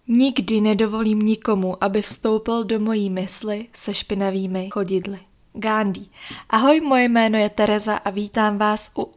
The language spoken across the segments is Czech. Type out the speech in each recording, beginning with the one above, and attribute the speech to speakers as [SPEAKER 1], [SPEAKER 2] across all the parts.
[SPEAKER 1] Nikdy nedovolím nikomu, aby vstoupil do mojí mysli se špinavými chodidly. Gandhi. Ahoj, moje jméno je Tereza a vítám vás u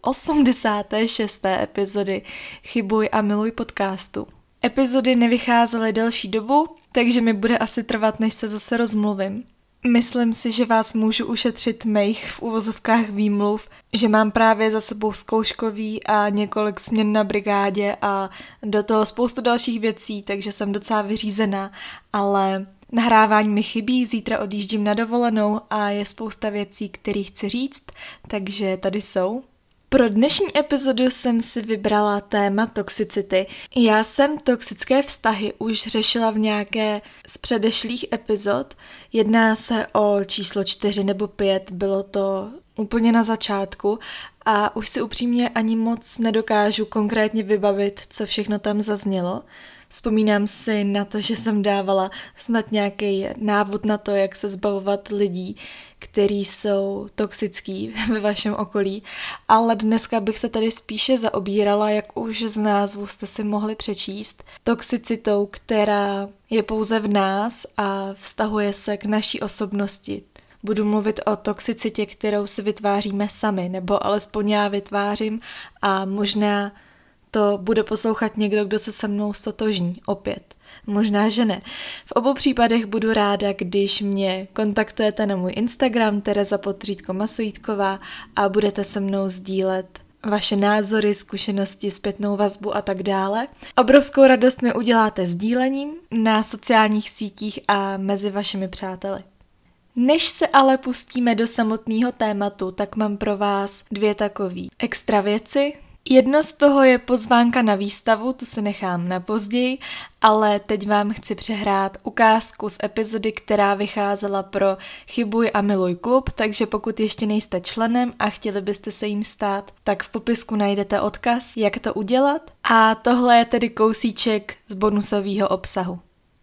[SPEAKER 1] 86. epizody Chybuj a miluj podcastu. Epizody nevycházely delší dobu, takže mi bude asi trvat, než se zase rozmluvím. Myslím si, že vás můžu ušetřit mých v uvozovkách výmluv, že mám právě za sebou zkouškový a několik směn na brigádě a do toho spoustu dalších věcí, takže jsem docela vyřízená, ale nahrávání mi chybí, zítra odjíždím na dovolenou a je spousta věcí, které chci říct, takže tady jsou. Pro dnešní epizodu jsem si vybrala téma toxicity. Já jsem toxické vztahy už řešila v nějaké z předešlých epizod. Jedná se o číslo 4 nebo 5, bylo to úplně na začátku a už si upřímně ani moc nedokážu konkrétně vybavit, co všechno tam zaznělo. Vzpomínám si na to, že jsem dávala snad nějaký návod na to, jak se zbavovat lidí, kteří jsou toxický ve vašem okolí, ale dneska bych se tady spíše zaobírala, jak už z názvu jste si mohli přečíst, toxicitou, která je pouze v nás a vztahuje se k naší osobnosti. Budu mluvit o toxicitě, kterou si vytváříme sami, nebo alespoň já vytvářím a možná to bude poslouchat někdo, kdo se se mnou stotožní, opět. Možná, že ne. V obou případech budu ráda, když mě kontaktujete na můj Instagram Tereza_Masojítková a budete se mnou sdílet vaše názory, zkušenosti, zpětnou vazbu a tak dále. Obrovskou radost mi uděláte sdílením na sociálních sítích a mezi vašimi přáteli. Než se ale pustíme do samotného tématu, tak mám pro vás dvě takové extra věci. Jedno z toho je pozvánka na výstavu, tu si nechám na později, ale teď vám chci přehrát ukázku z epizody, která vycházela pro Chybuj a miluj klub, takže pokud ještě nejste členem a chtěli byste se jim stát, tak v popisku najdete odkaz, jak to udělat. A tohle je tedy kousíček z bonusového obsahu.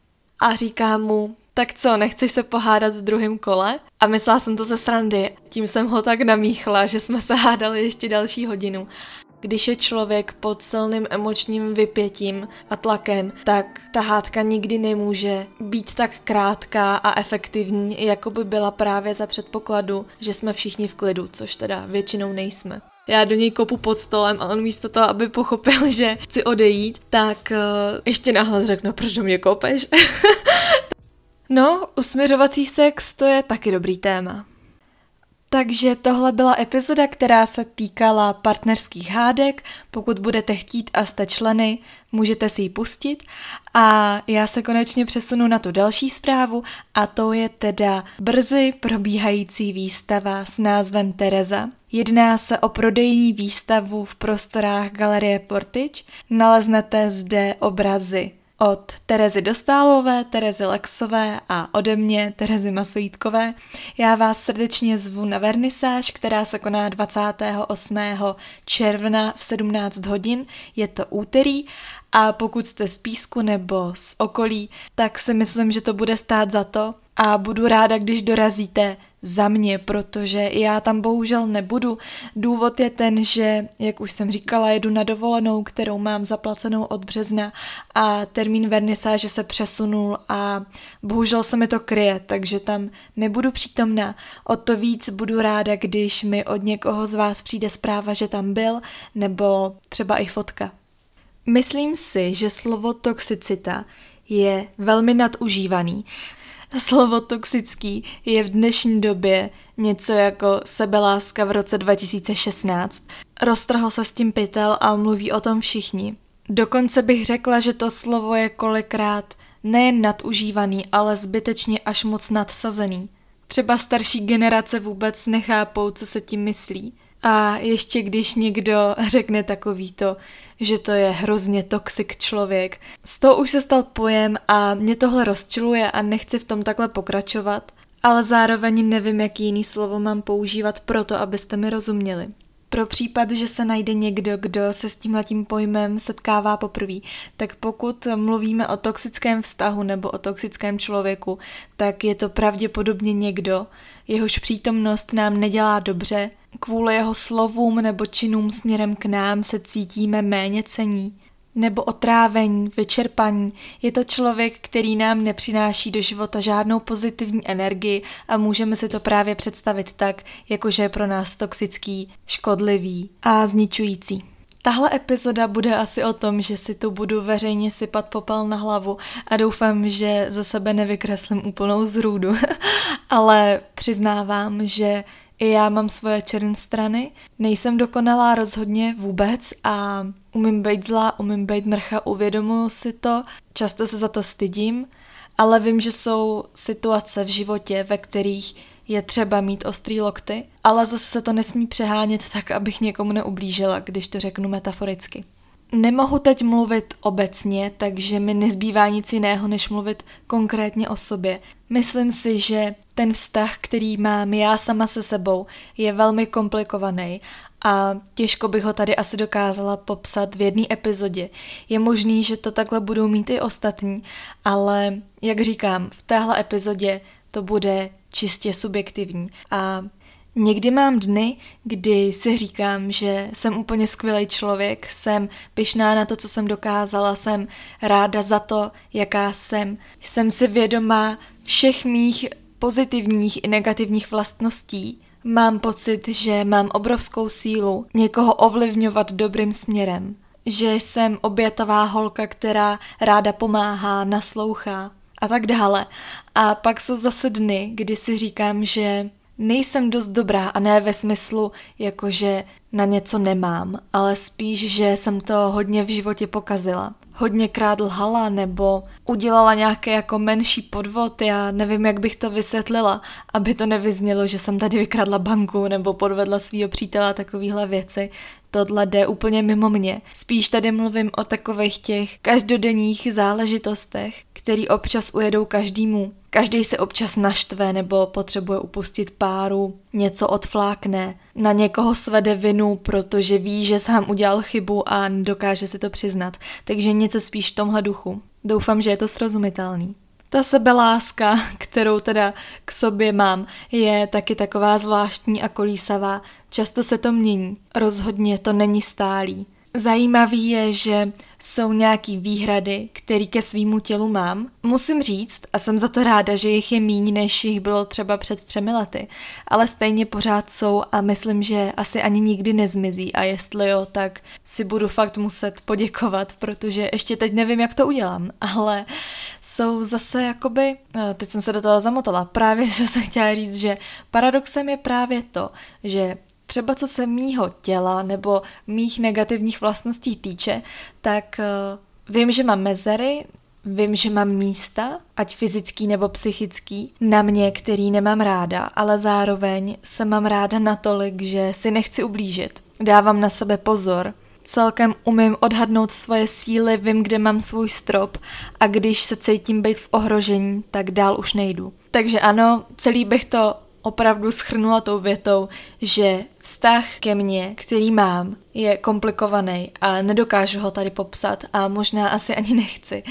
[SPEAKER 1] A říkám mu: tak co, nechceš se pohádat v druhém kole? A myslela jsem to ze srandy, tím jsem ho tak namíchla, že jsme se hádali ještě další hodinu. Když je člověk pod silným emočním vypětím a tlakem, tak ta hádka nikdy nemůže být tak krátká a efektivní, jako by byla právě za předpokladu, že jsme všichni v klidu, což teda většinou nejsme. Já do něj kopu pod stolem a on místo toho, aby pochopil, že chci odejít, tak ještě nahlas řeknu: proč do mě kopeš? No, usměřovací sex, to je taky dobrý téma. Takže tohle byla epizoda, která se týkala partnerských hádek. Pokud budete chtít a jste členy, můžete si ji pustit. A já se konečně přesunu na tu další zprávu a to je teda brzy probíhající výstava s názvem Tereza. Jedná se o prodejní výstavu v prostorách Galerie Portič. Naleznete zde obrazy od Terezy Dostálové, Terezy Lexové a ode mě, Terezy Masojítkové. Já vás srdečně zvu na vernisáž, která se koná 28. června v 17 hodin. Je to úterý a pokud jste z Písku nebo z okolí, tak si myslím, že to bude stát za to a budu ráda, když dorazíte za mě, protože já tam bohužel nebudu. Důvod je ten, že, jak už jsem říkala, jedu na dovolenou, kterou mám zaplacenou od března a termín vernisáže se přesunul a bohužel se mi to kryje, takže tam nebudu přítomná. O to víc budu ráda, když mi od někoho z vás přijde zpráva, že tam byl, nebo třeba i fotka. Myslím si, že slovo toxicita je velmi nadužívaný. Slovo toxický je v dnešní době něco jako sebeláska v roce 2016. Roztrhl se s tím pytel a mluví o tom všichni. Dokonce bych řekla, že to slovo je kolikrát nejen nadužívaný, ale zbytečně až moc nadsazený. Třeba starší generace vůbec nechápou, co se tím myslí. A ještě když někdo řekne takovýto, že to je hrozně toxic člověk, z toho už se stal pojem a mě tohle rozčiluje a nechci v tom takhle pokračovat, ale zároveň nevím, jaký jiný slovo mám používat proto, abyste mi rozuměli. Pro případ, že se najde někdo, kdo se s tímhletím pojmem setkává poprvé, tak pokud mluvíme o toxickém vztahu nebo o toxickém člověku, tak je to pravděpodobně někdo, jehož přítomnost nám nedělá dobře, kvůli jeho slovům nebo činům směrem k nám se cítíme méněcenní. nebo otrávení, vyčerpaní. Je to člověk, který nám nepřináší do života žádnou pozitivní energii a můžeme si to právě představit tak, jakože je pro nás toxický, škodlivý a zničující. Tahle epizoda bude asi o tom, že si tu budu veřejně sypat popel na hlavu a doufám, že za sebe nevykreslím úplnou zrůdu, ale přiznávám, že i já mám svoje černé strany, nejsem dokonalá rozhodně vůbec a umím být zlá, umím být mrcha, uvědomuji si to, často se za to stydím, ale vím, že jsou situace v životě, ve kterých je třeba mít ostrý lokty, ale zase se to nesmí přehánět tak, abych někomu neublížila, když to řeknu metaforicky. Nemohu teď mluvit obecně, takže mi nezbývá nic jiného, než mluvit konkrétně o sobě. Myslím si, že ten vztah, který mám já sama se sebou, je velmi komplikovaný a těžko bych ho tady asi dokázala popsat v jedné epizodě. Je možný, že to takhle budou mít i ostatní, ale jak říkám, v téhle epizodě to bude čistě subjektivní a někdy mám dny, kdy si říkám, že jsem úplně skvělý člověk, jsem pyšná na to, co jsem dokázala, jsem ráda za to, jaká jsem si vědomá všech mých pozitivních i negativních vlastností. Mám pocit, že mám obrovskou sílu někoho ovlivňovat dobrým směrem, že jsem obětavá holka, která ráda pomáhá, naslouchá a tak dále. A pak jsou zase dny, kdy si říkám, že nejsem dost dobrá a ne ve smyslu, jakože na něco nemám, ale spíš, že jsem to hodně v životě pokazila. Hodněkrát lhala nebo udělala nějaký jako menší podvod, já nevím, jak bych to vysvětlila, aby to nevyznělo, že jsem tady vykradla banku nebo podvedla svýho přítele a takovýhle věci. Tohle jde úplně mimo mě. Spíš tady mluvím o takových těch každodenních záležitostech, který občas ujedou každému. Každý se občas naštve nebo potřebuje upustit páru, něco odflákne, na někoho svede vinu, protože ví, že sám udělal chybu a nedokáže si to přiznat. Takže něco spíš v tomhle duchu. Doufám, že je to srozumitelný. Ta sebeláska, kterou teda k sobě mám, je taky taková zvláštní a kolísavá. Často se to mění. Rozhodně to není stálý. Zajímavý je, že jsou nějaký výhrady, které ke svýmu tělu mám. Musím říct, a jsem za to ráda, že jich je míň, než jich bylo třeba před 3 lety, ale stejně pořád jsou a myslím, že asi ani nikdy nezmizí a jestli jo, tak si budu fakt muset poděkovat, protože ještě teď nevím, jak to udělám, ale jsou zase jakoby, teď jsem se do toho zamotala, právě že jsem chtěla říct, že paradoxem je právě to, že třeba co se mýho těla nebo mých negativních vlastností týče, tak vím, že mám mezery, vím, že mám místa, ať fyzický nebo psychický, na mě, který nemám ráda, ale zároveň se mám ráda natolik, že si nechci ublížit. Dávám na sebe pozor. Celkem umím odhadnout svoje síly, vím, kde mám svůj strop a když se cítím být v ohrožení, tak dál už nejdu. Takže ano, celý bych to opravdu shrnula tou větou, že vztah ke mně, který mám, je komplikovaný a nedokážu ho tady popsat a možná asi ani nechci,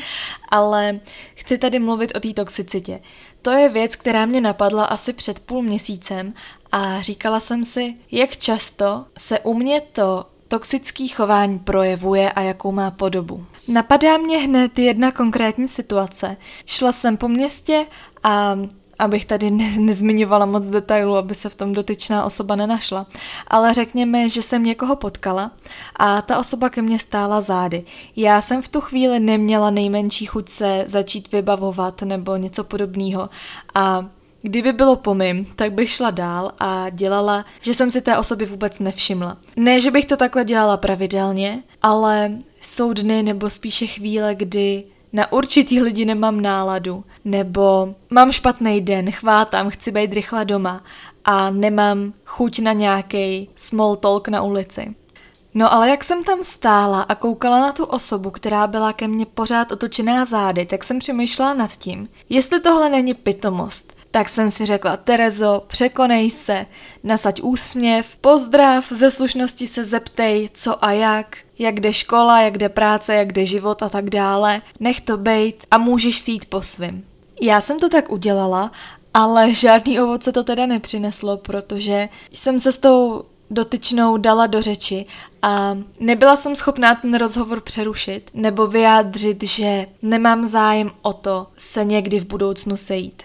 [SPEAKER 1] ale chci tady mluvit o té toxicitě. To je věc, která mě napadla asi před 0,5 měsícem a říkala jsem si, jak často se u mě to toxické chování projevuje a jakou má podobu. Napadá mě hned jedna konkrétní situace. Šla jsem po městě a abych tady nezmiňovala moc detailů, aby se v tom dotyčná osoba nenašla. Ale řekněme, že jsem někoho potkala a ta osoba ke mně stála zády. Já jsem v tu chvíli neměla nejmenší chuť se začít vybavovat nebo něco podobného a kdyby bylo po mým, tak bych šla dál a dělala, že jsem si té osoby vůbec nevšimla. Ne, že bych to takhle dělala pravidelně, ale jsou dny nebo spíše chvíle, kdy na určitý lidi nemám náladu, nebo mám špatný den, chvátám, chci být rychle doma a nemám chuť na nějaký small talk na ulici. No ale jak jsem tam stála a koukala na tu osobu, která byla ke mně pořád otočená zády, tak jsem přemýšlela nad tím, jestli tohle není pitomost. Tak jsem si řekla, Terezo, překonej se, nasaď úsměv, pozdrav, ze slušnosti se zeptej, co a jak jde škola, jak jde práce, jak jde život a tak dále. Nech to bejt a můžeš si jít po svým. Já jsem to tak udělala, ale žádný ovoce to teda nepřineslo, protože jsem se s tou dotyčnou dala do řeči A nebyla jsem schopná ten rozhovor přerušit nebo vyjádřit, že nemám zájem o to se někdy v budoucnu sejít.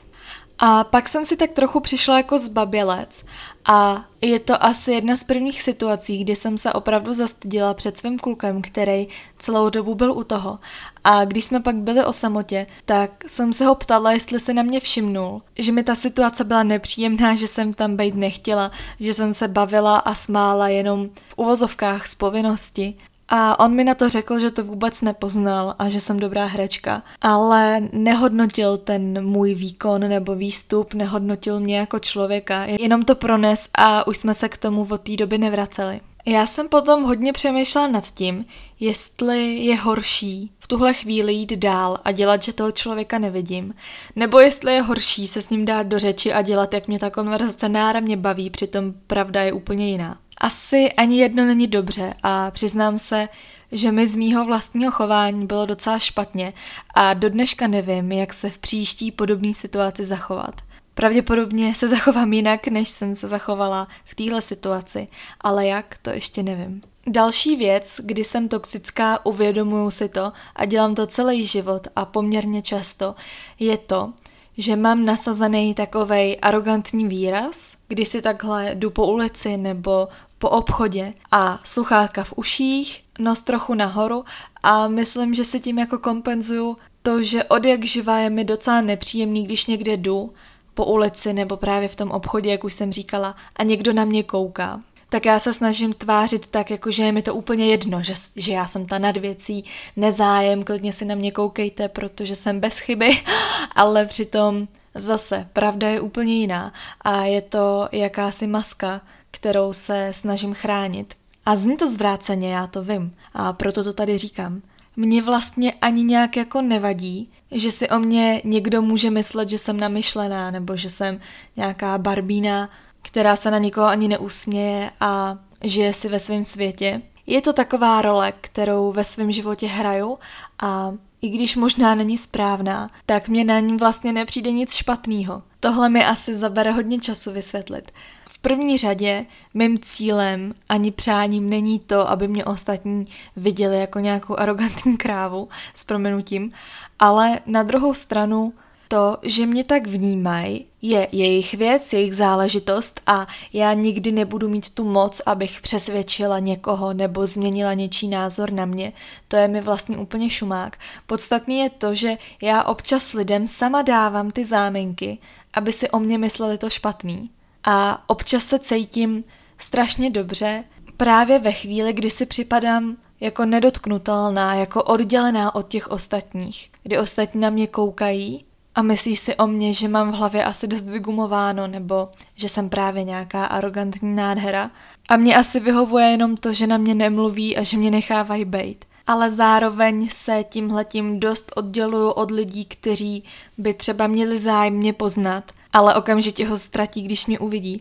[SPEAKER 1] A pak jsem si tak trochu přišla jako zbabělec a je to asi jedna z prvních situací, kdy jsem se opravdu zastydila před svým klukem, který celou dobu byl u toho. A když jsme pak byli o samotě, tak jsem se ho ptala, jestli se na mě všimnul, že mi ta situace byla nepříjemná, že jsem tam být nechtěla, že jsem se bavila a smála jenom v uvozovkách z povinnosti. A on mi na to řekl, že to vůbec nepoznal a že jsem dobrá herečka, ale nehodnotil ten můj výkon nebo výstup, nehodnotil mě jako člověka, jenom to prones a už jsme se k tomu od té doby nevraceli. Já jsem potom hodně přemýšlela nad tím, jestli je horší v tuhle chvíli jít dál a dělat, že toho člověka nevidím, nebo jestli je horší se s ním dát do řeči a dělat, jak mě ta konverzace náramně baví, přitom pravda je úplně jiná. Asi ani jedno není dobře a přiznám se, že mi z mýho vlastního chování bylo docela špatně a do dneška nevím, jak se v příští podobné situaci zachovat. Pravděpodobně se zachovám jinak, než jsem se zachovala v téhle situaci, ale jak, to ještě nevím. Další věc, kdy jsem toxická, uvědomuju si to a dělám to celý život a poměrně často, je to, že mám nasazený takovej arrogantní výraz, kdy si takhle jdu po ulici nebo po obchodě a sluchátka v uších, nos trochu nahoru a myslím, že si tím jako kompenzuju to, že odjakživa je mi docela nepříjemný, když někde jdu po ulici nebo právě v tom obchodě, jak už jsem říkala, a někdo na mě kouká. Tak já se snažím tvářit tak, jako že je mi to úplně jedno, že já jsem ta nad věcí, nezájem, klidně si na mě koukejte, protože jsem bez chyby, ale přitom zase pravda je úplně jiná a je to jakási maska, kterou se snažím chránit. A zní to zvráceně, já to vím a proto to tady říkám. Mně vlastně ani nějak jako nevadí, že si o mě někdo může myslet, že jsem namyšlená nebo že jsem nějaká barbína, která se na nikoho ani neusměje a žije si ve svém světě. Je to taková role, kterou ve svém životě hraju a i když možná není správná, tak mě na ní vlastně nepřijde nic špatného. Tohle mi asi zabere hodně času vysvětlit. V první řadě mým cílem ani přáním není to, aby mě ostatní viděli jako nějakou arrogantní krávu s prominutím, ale na druhou stranu to, že mě tak vnímají, je jejich věc, jejich záležitost a já nikdy nebudu mít tu moc, abych přesvědčila někoho nebo změnila něčí názor na mě. To je mi vlastně úplně šumák. Podstatný je to, že já občas lidem sama dávám ty záminky, aby si o mě mysleli to špatný. A občas se cítím strašně dobře právě ve chvíli, kdy si připadám jako nedotknutelná, jako oddělená od těch ostatních, kdy ostatní na mě koukají a myslí si o mně, že mám v hlavě asi dost vygumováno nebo že jsem právě nějaká arrogantní nádhera. A mě asi vyhovuje jenom to, že na mě nemluví a že mě nechávají bejt. Ale zároveň se tímhletím dost odděluju od lidí, kteří by třeba měli zájem mě poznat, ale okamžitě ho ztratí, když mě uvidí.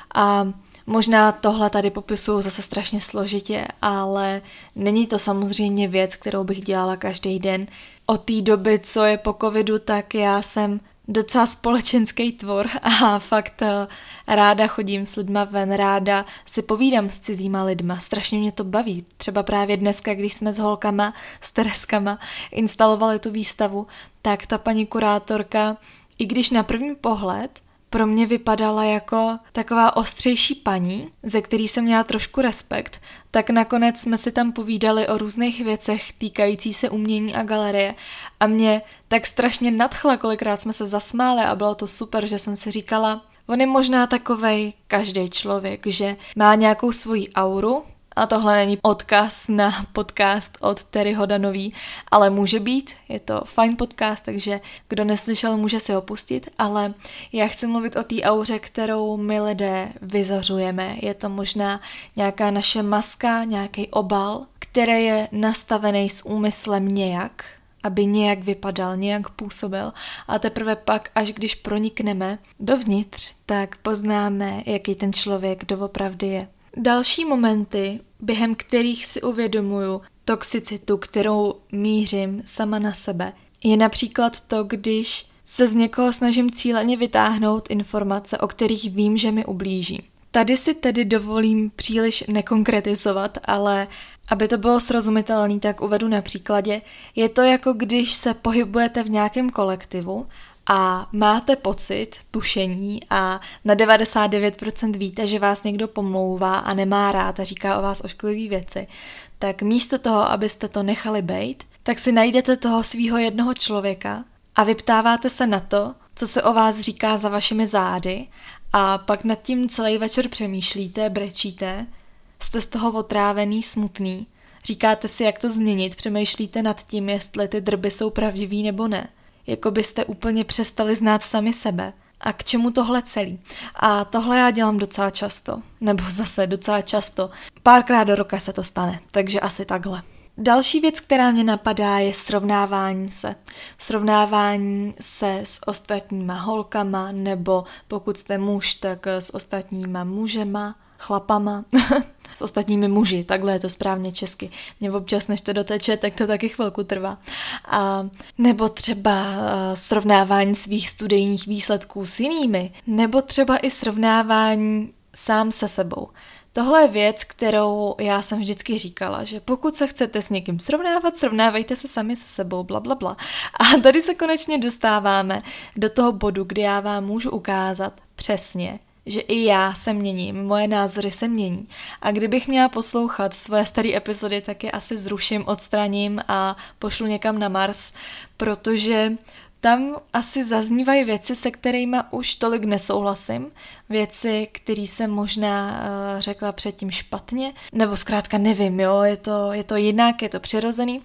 [SPEAKER 1] A možná tohle tady popisuju zase strašně složitě, ale není to samozřejmě věc, kterou bych dělala každý den. Od té doby, co je po covidu, tak já jsem docela společenský tvor a fakt ráda chodím s lidma ven, ráda si povídám s cizíma lidma, strašně mě to baví. Třeba právě dneska, když jsme s holkama, s Tereskama instalovali tu výstavu, tak ta paní kurátorka, i když na první pohled pro mě vypadala jako taková ostřejší paní, ze který jsem měla trošku respekt, tak nakonec jsme si tam povídali o různých věcech týkající se umění a galerie a mě tak strašně nadchla, kolikrát jsme se zasmáli a bylo to super, že jsem si říkala, on je možná takovej každý člověk, že má nějakou svoji auru. A tohle není odkaz na podcast od Terry Hodanový, ale může být, je to fajn podcast, takže kdo neslyšel, může si ho pustit, ale já chci mluvit o té auře, kterou my lidé vyzařujeme. Je to možná nějaká naše maska, nějaký obal, který je nastavený s úmyslem nějak, aby nějak vypadal, nějak působil a teprve pak, až když pronikneme dovnitř, tak poznáme, jaký ten člověk doopravdy je. Další momenty, během kterých si uvědomuju toxicitu, kterou mířím sama na sebe, je například to, když se z někoho snažím cíleně vytáhnout informace, o kterých vím, že mi ublíží. Tady si tedy dovolím příliš nekonkretizovat, ale aby to bylo srozumitelné, tak uvedu na příkladě. Je to jako když se pohybujete v nějakém kolektivu a máte pocit, tušení a na 99% víte, že vás někdo pomlouvá a nemá rád a říká o vás ošklivý věci, tak místo toho, abyste to nechali bejt, tak si najdete toho svýho jednoho člověka a vyptáváte se na to, co se o vás říká za vašimi zády a pak nad tím celý večer přemýšlíte, brečíte, jste z toho otrávený, smutný, říkáte si, jak to změnit, přemýšlíte nad tím, jestli ty drby jsou pravdivý nebo ne. Jako byste úplně přestali znát sami sebe. A k čemu tohle celý? A tohle já dělám docela často. Nebo zase docela často. Párkrát do roka se to stane, takže asi takhle. Další věc, která mě napadá, je srovnávání se. Srovnávání se s ostatníma holkama, nebo pokud jste muž, tak s ostatníma mužema, chlapama, s ostatními muži, takhle je to správně česky. Mě občas, než to doteče, tak to taky chvilku trvá. A nebo třeba srovnávání svých studijních výsledků s jinými, nebo třeba i srovnávání sám se sebou. Tohle je věc, kterou já jsem vždycky říkala, že pokud se chcete s někým srovnávat, srovnávejte se sami se sebou, blablabla. A tady se konečně dostáváme do toho bodu, kdy já vám můžu ukázat přesně, že i já se měním, moje názory se mění. A kdybych měla poslouchat svoje staré epizody, tak je asi zruším, odstraním a pošlu někam na Mars, protože tam asi zaznívají věci, se kterými už tolik nesouhlasím. Věci, které jsem možná řekla předtím špatně, nebo zkrátka nevím, jo, je to jinak, je to přirozený.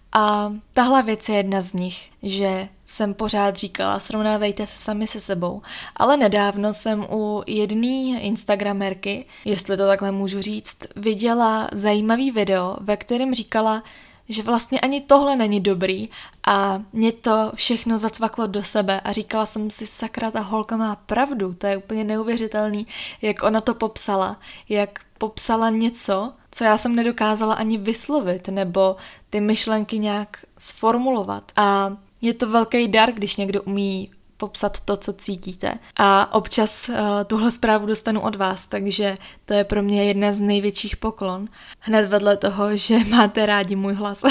[SPEAKER 1] A tahle věc je jedna z nich, že jsem pořád říkala, srovnávejte se sami se sebou. Ale nedávno jsem u jedné instagramerky, jestli to takhle můžu říct, viděla zajímavý video, ve kterém říkala, že vlastně ani tohle není dobrý a mě to všechno zacvaklo do sebe a říkala jsem si, sakra, ta holka má pravdu, to je úplně neuvěřitelný, jak ona to popsala, jak popsala něco, co já jsem nedokázala ani vyslovit, nebo ty myšlenky nějak sformulovat. A je to velký dar, když někdo umí popsat to, co cítíte. A občas tuhle zprávu dostanu od vás, takže to je pro mě jedna z největších poklon. Hned vedle toho, že máte rádi můj hlas.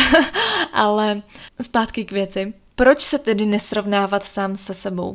[SPEAKER 1] Ale zpátky k věci. Proč se tedy nesrovnávat sám se sebou?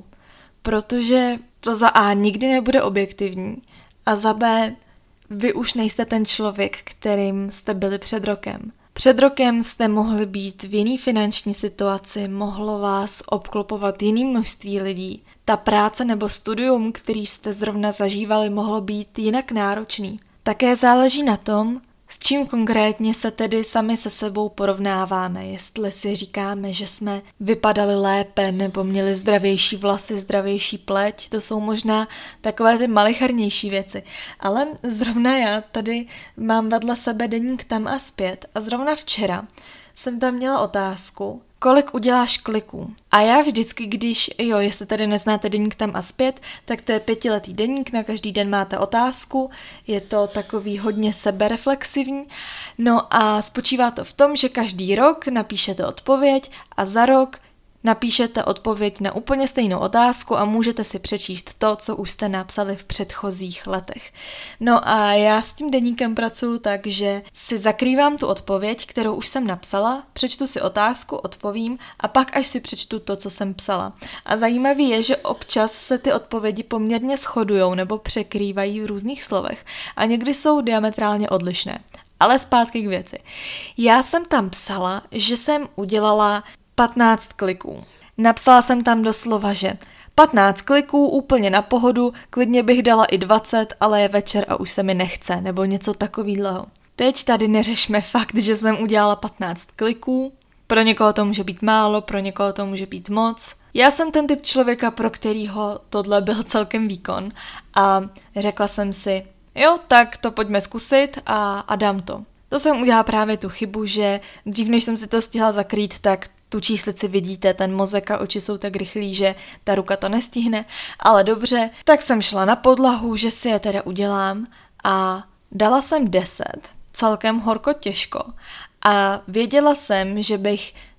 [SPEAKER 1] Protože to za A nikdy nebude objektivní a za B vy už nejste ten člověk, kterým jste byli před rokem. Před rokem jste mohli být v jiný finanční situaci, mohlo vás obklopovat jiný množství lidí. Ta práce nebo studium, který jste zrovna zažívali, mohlo být jinak náročný. Také záleží na tom, s čím konkrétně se tedy sami se sebou porovnáváme, jestli si říkáme, že jsme vypadali lépe nebo měli zdravější vlasy, zdravější pleť, to jsou možná takové ty malicharnější věci. Ale zrovna já tady mám vedle sebe deník tam a zpět a zrovna včera jsem tam měla otázku, kolik uděláš kliků. A já vždycky, jestli tady neznáte deník tam a zpět, tak to je 5letý deník, na každý den máte otázku, je to takový hodně sebereflexivní, no a spočívá to v tom, že každý rok napíšete odpověď a za rok napíšete odpověď na úplně stejnou otázku a můžete si přečíst to, co už jste napsali v předchozích letech. No a já s tím deníkem pracuji tak, že si zakrývám tu odpověď, kterou už jsem napsala, přečtu si otázku, odpovím a pak až si přečtu to, co jsem psala. A zajímavý je, že občas se ty odpovědi poměrně shodujou nebo překrývají v různých slovech a někdy jsou diametrálně odlišné. Ale zpátky k věci. Já jsem tam psala, že jsem udělala 15 kliků. Napsala jsem tam doslova, že 15 kliků úplně na pohodu, klidně bych dala i 20, ale je večer a už se mi nechce, nebo něco takového. Teď tady neřešme fakt, že jsem udělala 15 kliků. Pro někoho to může být málo, pro někoho to může být moc. Já jsem ten typ člověka, pro kterýho tohle byl celkem výkon a řekla jsem si, jo, tak to pojďme zkusit a dám to. To jsem udělala právě tu chybu, že dřív než jsem si to stihla zakrýt, tak tu číslici vidíte, ten mozek a oči jsou tak rychlí, že ta ruka to nestihne, ale dobře, tak jsem šla na podlahu, že si je teda udělám a dala jsem 10, celkem horko těžko a věděla jsem, že bych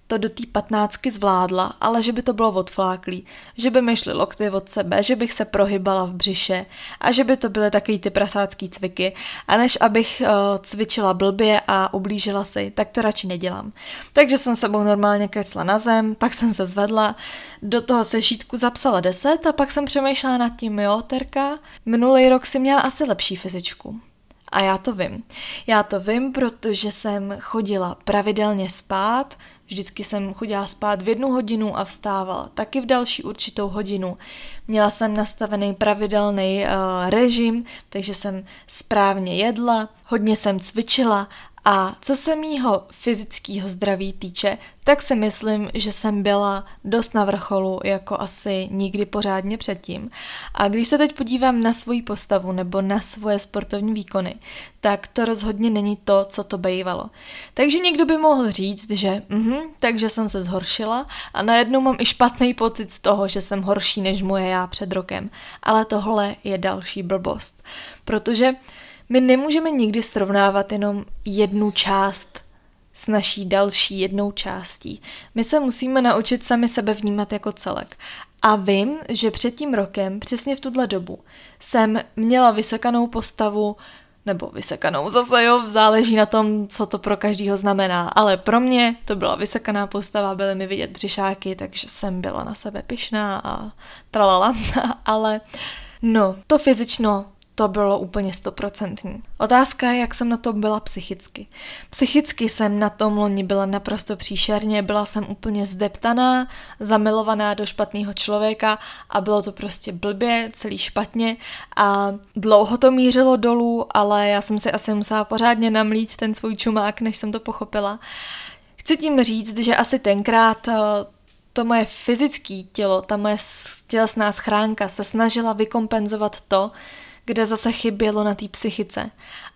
[SPEAKER 1] to do té 15 zvládla, ale že by to bylo odfláklý, že by mi šly lokty od sebe, že bych se prohybala v břiše a že by to byly takový ty prasácký cviky. A než abych cvičila blbě a ublížila si, tak to radši nedělám. Takže jsem sebou normálně kecla na zem, pak jsem se zvedla, do toho sešítku zapsala 10 a pak jsem přemýšlela nad tím, jo, Terka, minulý rok si měla asi lepší fyzičku. A já to vím. Já to vím, protože jsem chodila pravidelně spát, vždycky jsem chodila spát v 1 hodinu a vstávala taky v další určitou hodinu. Měla jsem nastavený pravidelný režim, takže jsem správně jedla, hodně jsem cvičila a co se mýho fyzického zdraví týče, tak si myslím, že jsem byla dost na vrcholu, jako asi nikdy pořádně předtím. A když se teď podívám na svoji postavu nebo na svoje sportovní výkony, tak to rozhodně není to, co to bývalo. Takže někdo by mohl říct, že takže jsem se zhoršila a najednou mám i špatný pocit z toho, že jsem horší než moje já před rokem. Ale tohle je další blbost, protože my nemůžeme nikdy srovnávat jenom jednu část s naší další jednou částí. My se musíme naučit sami sebe vnímat jako celek. A vím, že před tím rokem, přesně v tuhle dobu, jsem měla vysekanou postavu, nebo vysekanou zase, jo, záleží na tom, co to pro každýho znamená. Ale pro mě to byla vysekaná postava, byly mi vidět břišáky, takže jsem byla na sebe pyšná a tralala. Ale no, to fyzično, to bylo úplně 100%. Otázka je, jak jsem na tom byla psychicky. Psychicky jsem na tom loni byla naprosto příšerně, byla jsem úplně zdeptaná, zamilovaná do špatného člověka a bylo to prostě blbě, celý špatně a dlouho to mířilo dolů, ale já jsem si asi musela pořádně namlít ten svůj čumák, než jsem to pochopila. Chci tím říct, že asi tenkrát to moje fyzické tělo, ta moje tělesná schránka se snažila vykompenzovat to, kde zase chybělo na té psychice.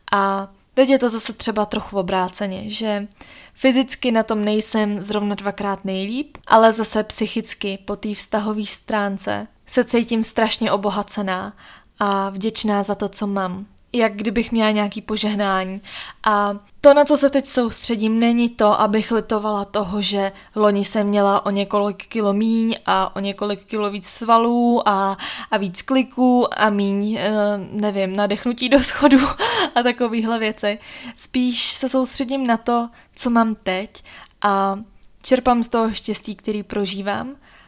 [SPEAKER 1] A teď je to zase třeba trochu obráceně, že fyzicky na tom nejsem zrovna 2krát nejlíp, ale zase psychicky po té vztahové stránce se cítím strašně obohacená a vděčná za to, co mám. Jak kdybych měla nějaký požehnání. A to, na co se teď soustředím, není to, abych litovala toho, že loni jsem měla o několik kilo míň a o několik kilo víc svalů a víc kliků a míň, nevím, nadechnutí do schodu a takovýhle věci. Spíš se soustředím na to, co mám teď a čerpám z toho štěstí, který prožívám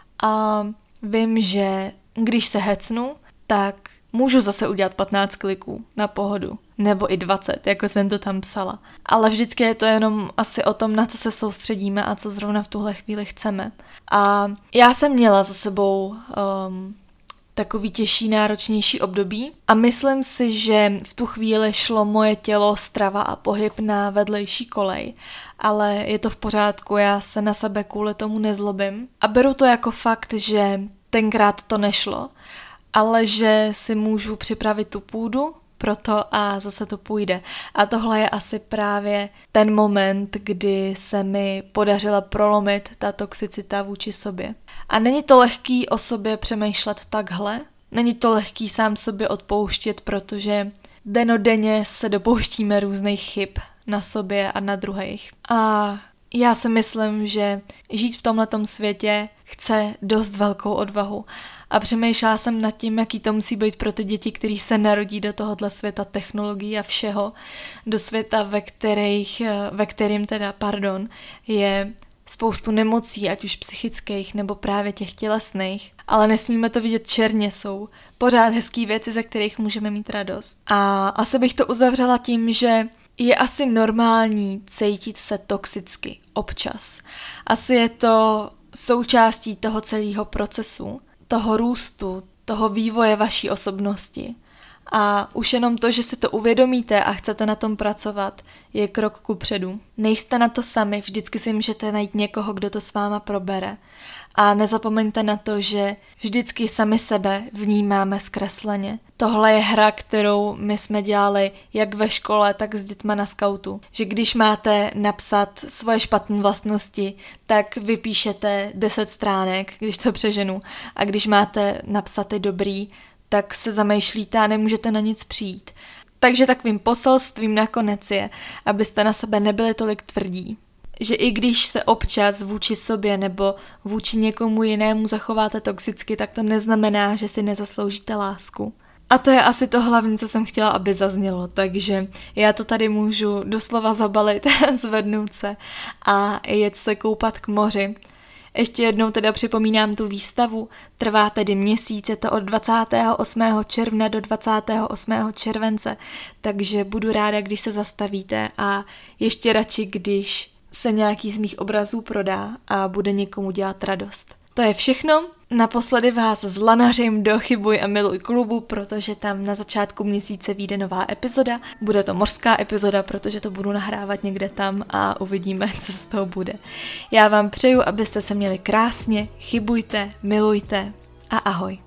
[SPEAKER 1] a vím, že když se hecnu, tak můžu zase udělat 15 kliků na pohodu, nebo i 20, jako jsem to tam psala. Ale vždycky je to jenom asi o tom, na co se soustředíme a co zrovna v tuhle chvíli chceme. A já jsem měla za sebou takový těžší, náročnější období a myslím si, že v tu chvíli šlo moje tělo, strava a pohyb na vedlejší kolej. Ale je to v pořádku, já se na sebe kvůli tomu nezlobím a beru to jako fakt, že tenkrát to nešlo, ale že si můžu připravit tu půdu pro to a zase to půjde. A tohle je asi právě ten moment, kdy se mi podařila prolomit ta toxicita vůči sobě. A není to lehký o sobě přemýšlet takhle, není to lehký sám sobě odpouštět, protože dennodenně se dopouštíme různých chyb na sobě a na druhých. A já si myslím, že žít v tomhletom světě chce dost velkou odvahu. A přemýšlela jsem nad tím, jaký to musí být pro ty děti, který se narodí do tohohle světa technologií a všeho, do světa, ve kterým je spoustu nemocí, ať už psychických, nebo právě těch tělesných. Ale nesmíme to vidět černě, jsou pořád hezký věci, ze kterých můžeme mít radost. A asi bych to uzavřela tím, že je asi normální cítit se toxicky občas. Asi je to součástí toho celého procesu, toho růstu, toho vývoje vaší osobnosti. A už jenom to, že si to uvědomíte a chcete na tom pracovat, je krok kupředu. Nejste na to sami, vždycky si můžete najít někoho, kdo to s váma probere. A nezapomeňte na to, že vždycky sami sebe vnímáme zkresleně. Tohle je hra, kterou my jsme dělali jak ve škole, tak s dětma na skautu. Že když máte napsat svoje špatné vlastnosti, tak vypíšete 10 stránek, když to přeženu. A když máte napsat ty dobrý, tak se zamýšlíte a nemůžete na nic přijít. Takže takovým poselstvím nakonec je, abyste na sebe nebyli tolik tvrdí. že i když se občas vůči sobě nebo vůči někomu jinému zachováte toxicky, tak to neznamená, že si nezasloužíte lásku. A to je asi to hlavní, co jsem chtěla, aby zaznělo, takže já to tady můžu doslova zabalit, zvednout se a jet se koupat k moři. Ještě jednou teda připomínám tu výstavu, trvá tedy měsíc, je to od 28. června do 28. července, takže budu ráda, když se zastavíte a ještě radši, když se nějaký z mých obrazů prodá a bude někomu dělat radost. To je všechno. Naposledy vás zlanařím do Chybuj a miluj klubu, protože tam na začátku měsíce vyjde nová epizoda. Bude to mořská epizoda, protože to budu nahrávat někde tam a uvidíme, co z toho bude. Já vám přeju, abyste se měli krásně, chybujte, milujte a ahoj.